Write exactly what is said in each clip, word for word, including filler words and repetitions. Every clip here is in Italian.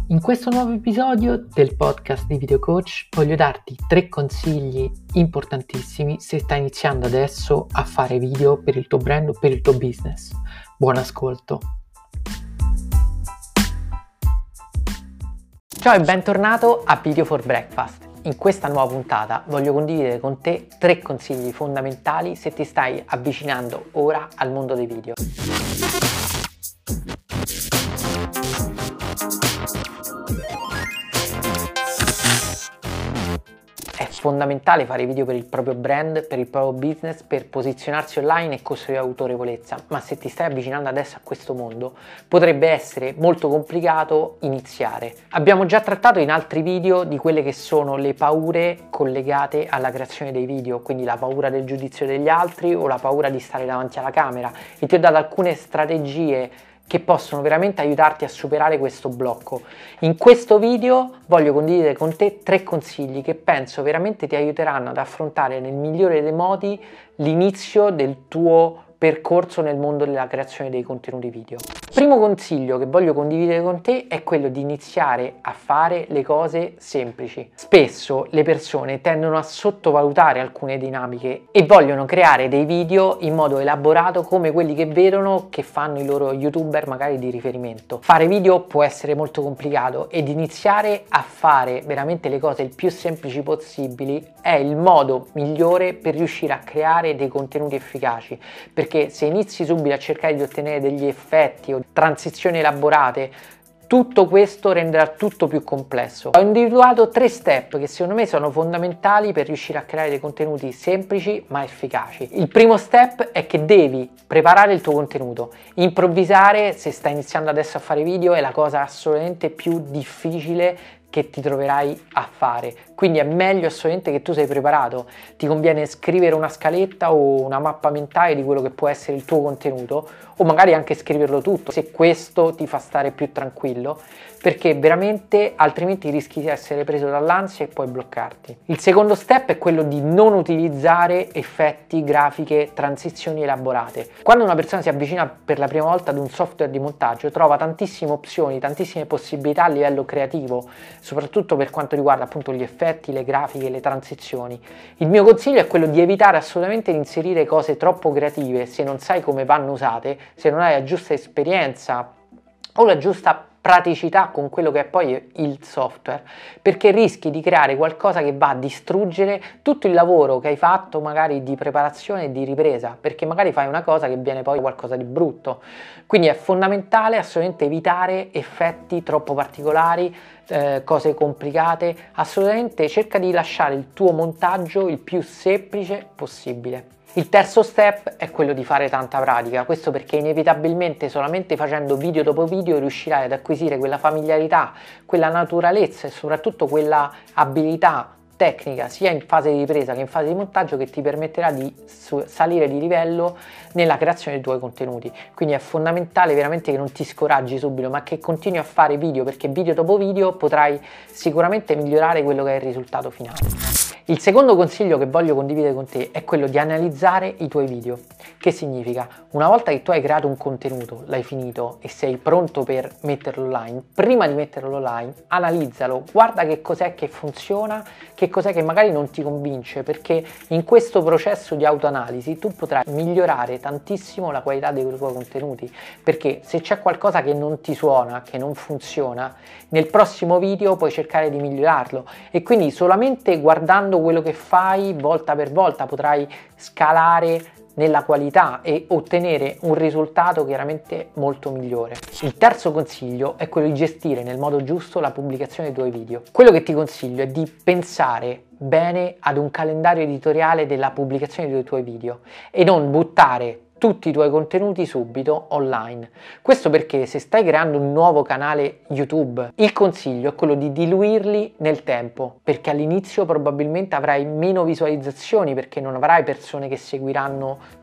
In questo nuovo episodio del podcast di Video Coach voglio darti tre consigli importantissimi se stai iniziando adesso a fare video per il tuo brand o per il tuo business. Buon ascolto! Ciao e bentornato a Video for Breakfast. In questa nuova puntata voglio condividere con te tre consigli fondamentali se ti stai avvicinando ora al mondo dei video. È fondamentale fare video per il proprio brand, per il proprio business, per posizionarsi online e costruire autorevolezza, ma se ti stai avvicinando adesso a questo mondo potrebbe essere molto complicato iniziare. Abbiamo già trattato in altri video di quelle che sono le paure collegate alla creazione dei video, quindi la paura del giudizio degli altri o la paura di stare davanti alla camera, e ti ho dato alcune strategie che possono veramente aiutarti a superare questo blocco. In questo video voglio condividere con te tre consigli che penso veramente ti aiuteranno ad affrontare nel migliore dei modi l'inizio del tuo percorso nel mondo della creazione dei contenuti video. Il primo consiglio che voglio condividere con te è quello di iniziare a fare le cose semplici. Spesso le persone tendono a sottovalutare alcune dinamiche e vogliono creare dei video in modo elaborato come quelli che vedono che fanno i loro youtuber magari di riferimento. Fare video può essere molto complicato ed iniziare a fare veramente le cose il più semplici possibili è il modo migliore per riuscire a creare dei contenuti efficaci, perché se inizi subito a cercare di ottenere degli effetti o transizioni elaborate, tutto questo renderà tutto più complesso. Ho individuato tre step che secondo me sono fondamentali per riuscire a creare dei contenuti semplici ma efficaci. Il primo step è che devi preparare il tuo contenuto. Improvvisare, se stai iniziando adesso a fare video, è la cosa assolutamente più difficile che ti troverai a fare, quindi è meglio assolutamente che tu sei preparato. Ti conviene scrivere una scaletta o una mappa mentale di quello che può essere il tuo contenuto, o magari anche scriverlo tutto se questo ti fa stare più tranquillo, perché veramente altrimenti rischi di essere preso dall'ansia e poi bloccarti. Il secondo step è quello di non utilizzare effetti, grafiche, transizioni elaborate. Quando una persona si avvicina per la prima volta ad un software di montaggio trova tantissime opzioni, tantissime possibilità a livello creativo, soprattutto per quanto riguarda appunto gli effetti, le grafiche, le transizioni. Il mio consiglio è quello di evitare assolutamente di inserire cose troppo creative se non sai come vanno usate, se non hai la giusta esperienza o la giusta praticità con quello che è poi il software, perché rischi di creare qualcosa che va a distruggere tutto il lavoro che hai fatto magari di preparazione e di ripresa, perché magari fai una cosa che viene poi qualcosa di brutto. Quindi è fondamentale assolutamente evitare effetti troppo particolari, eh, cose complicate. Assolutamente cerca di lasciare il tuo montaggio il più semplice possibile. Il terzo step è quello di fare tanta pratica, questo perché inevitabilmente solamente facendo video dopo video riuscirai ad acquisire quella familiarità, quella naturalezza e soprattutto quella abilità tecnica sia in fase di ripresa che in fase di montaggio che ti permetterà di salire di livello nella creazione dei tuoi contenuti. Quindi è fondamentale veramente che non ti scoraggi subito, ma che continui a fare video, perché video dopo video potrai sicuramente migliorare quello che è il risultato finale. Il secondo consiglio che voglio condividere con te è quello di analizzare i tuoi video. Che significa? Una volta che tu hai creato un contenuto, l'hai finito e sei pronto per metterlo online, prima di metterlo online, analizzalo, guarda che cos'è che funziona, che cos'è che magari non ti convince, perché in questo processo di autoanalisi tu potrai migliorare tantissimo la qualità dei tuoi contenuti, perché se c'è qualcosa che non ti suona, che non funziona, nel prossimo video puoi cercare di migliorarlo, e quindi solamente guardando quello che fai volta per volta potrai scalare nella qualità e ottenere un risultato chiaramente molto migliore. Il terzo consiglio è quello di gestire nel modo giusto la pubblicazione dei tuoi video. Quello che ti consiglio è di pensare bene ad un calendario editoriale della pubblicazione dei tuoi video e non buttare tutti i tuoi contenuti subito online. Questo perché se stai creando un nuovo canale YouTube, il consiglio è quello di diluirli nel tempo, perché all'inizio probabilmente avrai meno visualizzazioni, perché non avrai persone che seguiranno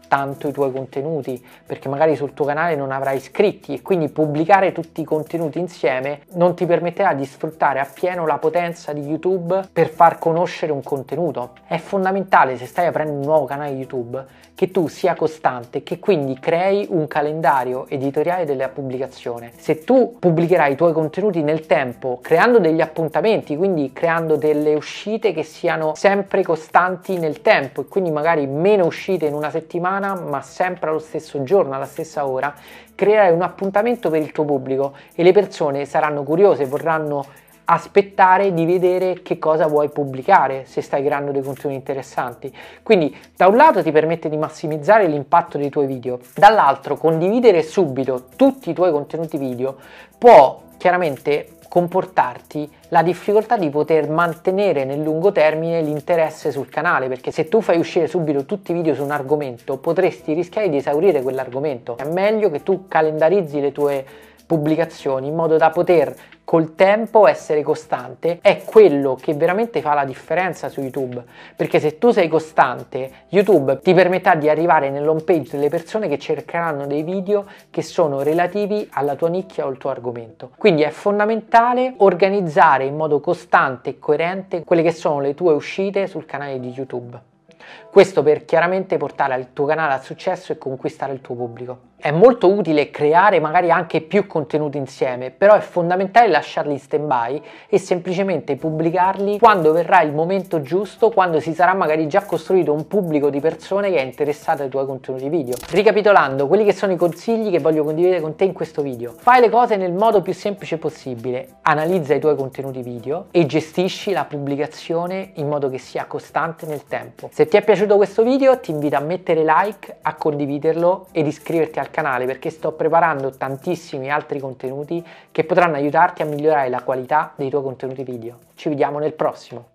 tanto i tuoi contenuti, perché magari sul tuo canale non avrai iscritti e quindi pubblicare tutti i contenuti insieme non ti permetterà di sfruttare appieno la potenza di YouTube per far conoscere un contenuto. È fondamentale, se stai aprendo un nuovo canale YouTube, che tu sia costante, che quindi crei un calendario editoriale della pubblicazione. Se tu pubblicherai i tuoi contenuti nel tempo, creando degli appuntamenti, quindi creando delle uscite che siano sempre costanti nel tempo e quindi magari meno uscite in una settimana, ma sempre allo stesso giorno, alla stessa ora, creerai un appuntamento per il tuo pubblico e le persone saranno curiose, vorranno aspettare di vedere che cosa vuoi pubblicare se stai creando dei contenuti interessanti. Quindi da un lato ti permette di massimizzare l'impatto dei tuoi video, dall'altro condividere subito tutti i tuoi contenuti video può chiaramente comportarti la difficoltà di poter mantenere nel lungo termine l'interesse sul canale, perché se tu fai uscire subito tutti i video su un argomento potresti rischiare di esaurire quell'argomento. È meglio che tu calendarizzi le tue pubblicazioni in modo da poter col tempo essere costante. È quello che veramente fa la differenza su YouTube, perché se tu sei costante, YouTube ti permetterà di arrivare nell'home page delle persone che cercheranno dei video che sono relativi alla tua nicchia o al tuo argomento. Quindi è fondamentale organizzare in modo costante e coerente quelle che sono le tue uscite sul canale di YouTube. Questo per chiaramente portare il tuo canale al successo e conquistare il tuo pubblico. È molto utile creare magari anche più contenuti insieme, però è fondamentale lasciarli in stand-by e semplicemente pubblicarli quando verrà il momento giusto, quando si sarà magari già costruito un pubblico di persone che è interessato ai tuoi contenuti video. Ricapitolando, quelli che sono i consigli che voglio condividere con te in questo video: fai le cose nel modo più semplice possibile, analizza i tuoi contenuti video e gestisci la pubblicazione in modo che sia costante nel tempo. Se ti è piaciuto questo video ti invito a mettere like, a condividerlo ed iscriverti al canale, perché sto preparando tantissimi altri contenuti che potranno aiutarti a migliorare la qualità dei tuoi contenuti video. Ci vediamo nel prossimo.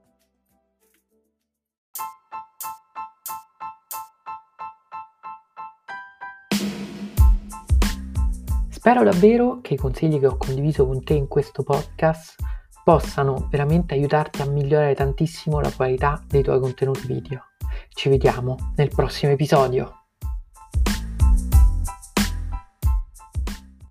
Spero davvero che i consigli che ho condiviso con te in questo podcast possano veramente aiutarti a migliorare tantissimo la qualità dei tuoi contenuti video. Ci vediamo nel prossimo episodio.